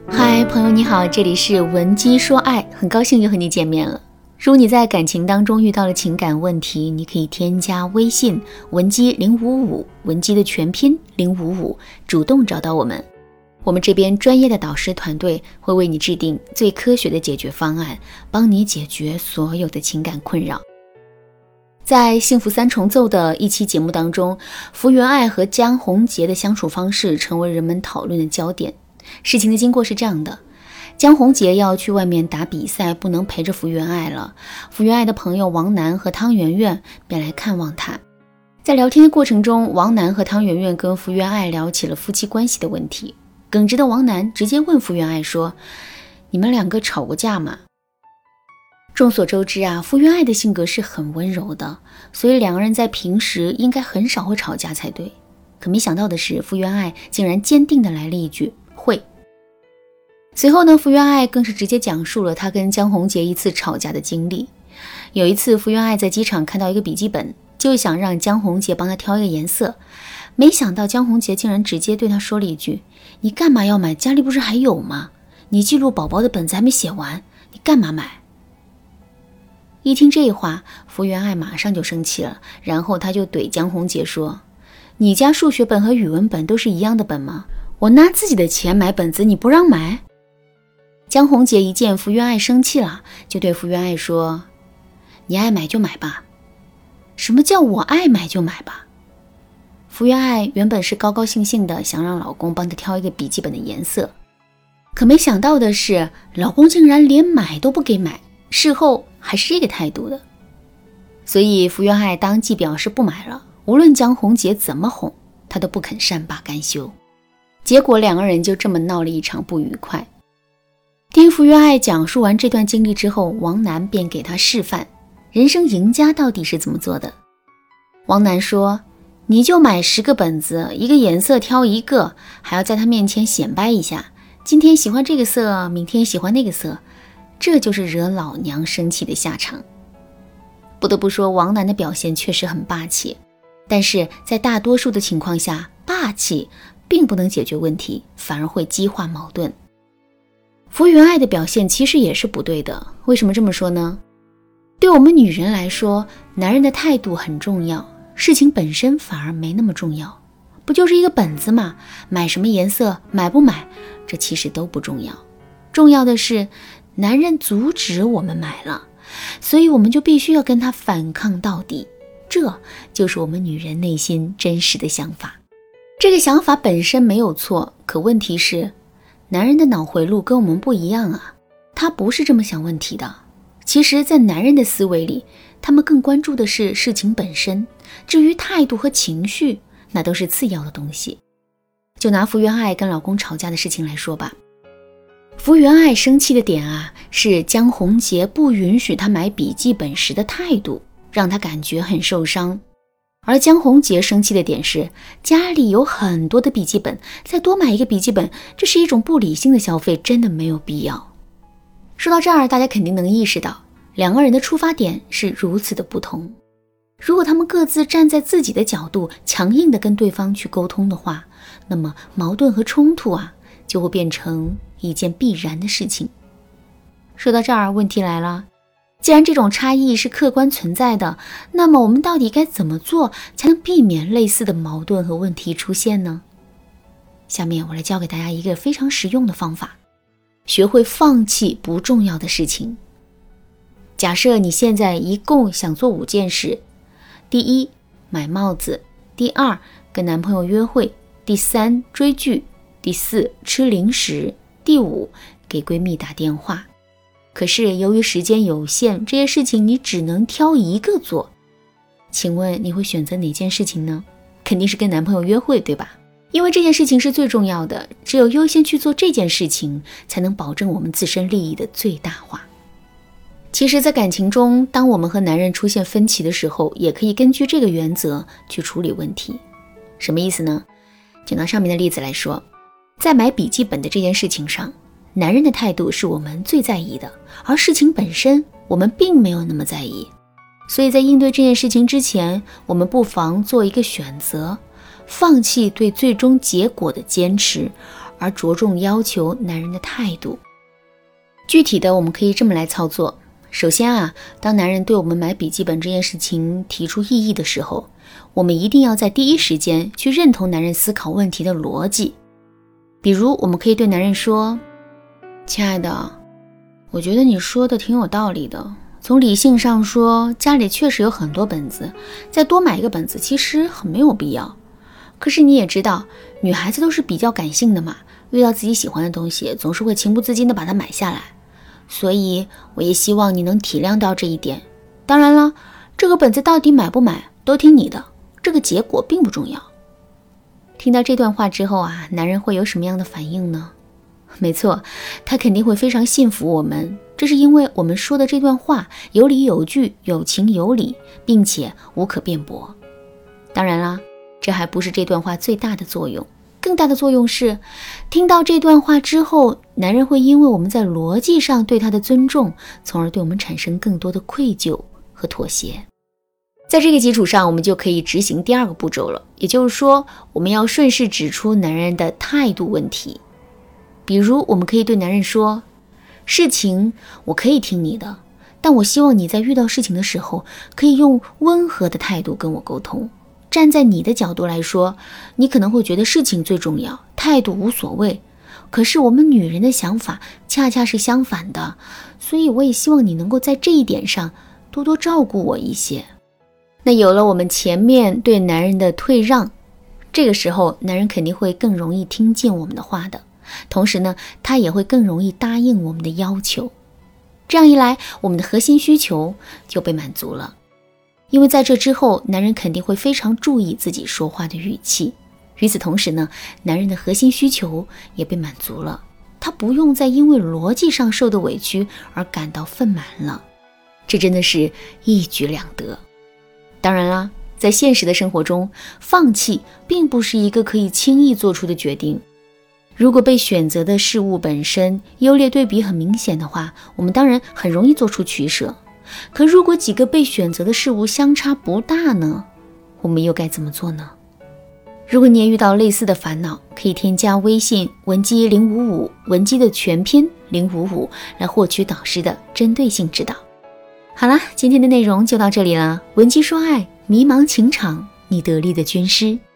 嗨，朋友你好，这里是文姬说爱，很高兴又和你见面了。如果你在感情当中遇到了情感问题，你可以添加微信文姬055，文姬的全拼055，主动找到我们。我们这边专业的导师团队会为你制定最科学的解决方案，帮你解决所有的情感困扰。在幸福三重奏的一期节目当中，福原爱和江宏杰的相处方式成为人们讨论的焦点。事情的经过是这样的，江宏杰要去外面打比赛，不能陪着福原爱了。福原爱的朋友王楠和汤圆圆便来看望他。在聊天的过程中，王楠和汤圆圆跟福原爱聊起了夫妻关系的问题。耿直的王楠直接问福原爱说，你们两个吵过架吗？众所周知啊，福原爱的性格是很温柔的，所以两个人在平时应该很少会吵架才对。可没想到的是，福原爱竟然坚定地来了一句会。随后呢，福原爱更是直接讲述了她跟江宏杰一次吵架的经历。有一次，福原爱在机场看到一个笔记本，就想让江宏杰帮她挑一个颜色，没想到江宏杰竟然直接对她说了一句，你干嘛要买？家里不是还有吗？你记录宝宝的本子还没写完，你干嘛买？一听这话，福原爱马上就生气了，然后她就怼江宏杰说，你家数学本和语文本都是一样的本吗？我拿自己的钱买本子，你不让买？江宏杰一见福原爱生气了，就对福原爱说，你爱买就买吧。什么叫我爱买就买吧？福原爱原本是高高兴兴的想让老公帮她挑一个笔记本的颜色，可没想到的是，老公竟然连买都不给买，事后还是这个态度的。所以福原爱当即表示不买了，无论江宏杰怎么哄，她都不肯善罢甘休。结果两个人就这么闹了一场不愉快。听福原爱讲述完这段经历之后，王楠便给她示范人生赢家到底是怎么做的。王楠说，你就买10个本子，一个颜色挑一个，还要在他面前显摆一下，今天喜欢这个色，明天喜欢那个色，这就是惹老娘生气的下场。不得不说，王楠的表现确实很霸气，但是在大多数的情况下，霸气并不能解决问题，反而会激化矛盾。福原爱的表现其实也是不对的，为什么这么说呢？对我们女人来说，男人的态度很重要，事情本身反而没那么重要。不就是一个本子吗？买什么颜色，买不买，这其实都不重要。重要的是，男人阻止我们买了，所以我们就必须要跟他反抗到底。这就是我们女人内心真实的想法。这个想法本身没有错，可问题是，男人的脑回路跟我们不一样啊，他不是这么想问题的。其实在男人的思维里，他们更关注的是事情本身，至于态度和情绪，那都是次要的东西。就拿福原爱跟老公吵架的事情来说吧，福原爱生气的点啊，是江宏杰不允许她买笔记本时的态度，让她感觉很受伤。而江宏杰生气的点是，家里有很多的笔记本，再多买一个笔记本，这是一种不理性的消费，真的没有必要。说到这儿，大家肯定能意识到，两个人的出发点是如此的不同。如果他们各自站在自己的角度，强硬的跟对方去沟通的话，那么矛盾和冲突啊，就会变成一件必然的事情。说到这儿，问题来了，既然这种差异是客观存在的，那么我们到底该怎么做才能避免类似的矛盾和问题出现呢？下面我来教给大家一个非常实用的方法，学会放弃不重要的事情。假设你现在一共想做5件事，第一，买帽子；第二，跟男朋友约会；第3，追剧；第4，吃零食；第5，给闺蜜打电话。可是由于时间有限，这些事情你只能挑一个做。请问你会选择哪件事情呢？肯定是跟男朋友约会，对吧？因为这件事情是最重要的，只有优先去做这件事情，才能保证我们自身利益的最大化。其实在感情中，当我们和男人出现分歧的时候，也可以根据这个原则去处理问题。什么意思呢？就拿上面的例子来说，在买笔记本的这件事情上，男人的态度是我们最在意的，而事情本身我们并没有那么在意。所以在应对这件事情之前，我们不妨做一个选择，放弃对最终结果的坚持， 而着重要求男人的态度。具体的我们可以这么来操作。首先当男人对我们买笔记本这件事情提出异议的时候，我们一定要在第一时间去认同男人思考问题的逻辑。比如我们可以对男人说，亲爱的，我觉得你说的挺有道理的，从理性上说，家里确实有很多本子，再多买一个本子其实很没有必要。可是你也知道，女孩子都是比较感性的嘛，遇到自己喜欢的东西总是会情不自禁地把它买下来，所以我也希望你能体谅到这一点。当然了，这个本子到底买不买都听你的，这个结果并不重要。听到这段话之后男人会有什么样的反应呢？没错，他肯定会非常信服我们，这是因为我们说的这段话有理有据，有情有理，并且无可辩驳。当然啦，这还不是这段话最大的作用，更大的作用是，听到这段话之后，男人会因为我们在逻辑上对他的尊重，从而对我们产生更多的愧疚和妥协。在这个基础上，我们就可以执行第二个步骤了，也就是说，我们要顺势指出男人的态度问题。比如我们可以对男人说，事情我可以听你的，但我希望你在遇到事情的时候，可以用温和的态度跟我沟通。站在你的角度来说，你可能会觉得事情最重要，态度无所谓，可是我们女人的想法恰恰是相反的，所以我也希望你能够在这一点上多多照顾我一些。那有了我们前面对男人的退让，这个时候男人肯定会更容易听见我们的话的，同时呢，他也会更容易答应我们的要求。这样一来，我们的核心需求就被满足了。因为在这之后，男人肯定会非常注意自己说话的语气。与此同时呢，男人的核心需求也被满足了，他不用再因为逻辑上受的委屈而感到愤满了。这真的是一举两得。当然啦，在现实的生活中，放弃并不是一个可以轻易做出的决定。如果被选择的事物本身优劣对比很明显的话，我们当然很容易做出取舍。可如果几个被选择的事物相差不大呢？我们又该怎么做呢？如果你也遇到类似的烦恼，可以添加微信文姬055，文姬的全拼055，来获取导师的针对性指导。好啦，今天的内容就到这里了。文姬说爱，迷茫情场，你得力的军师。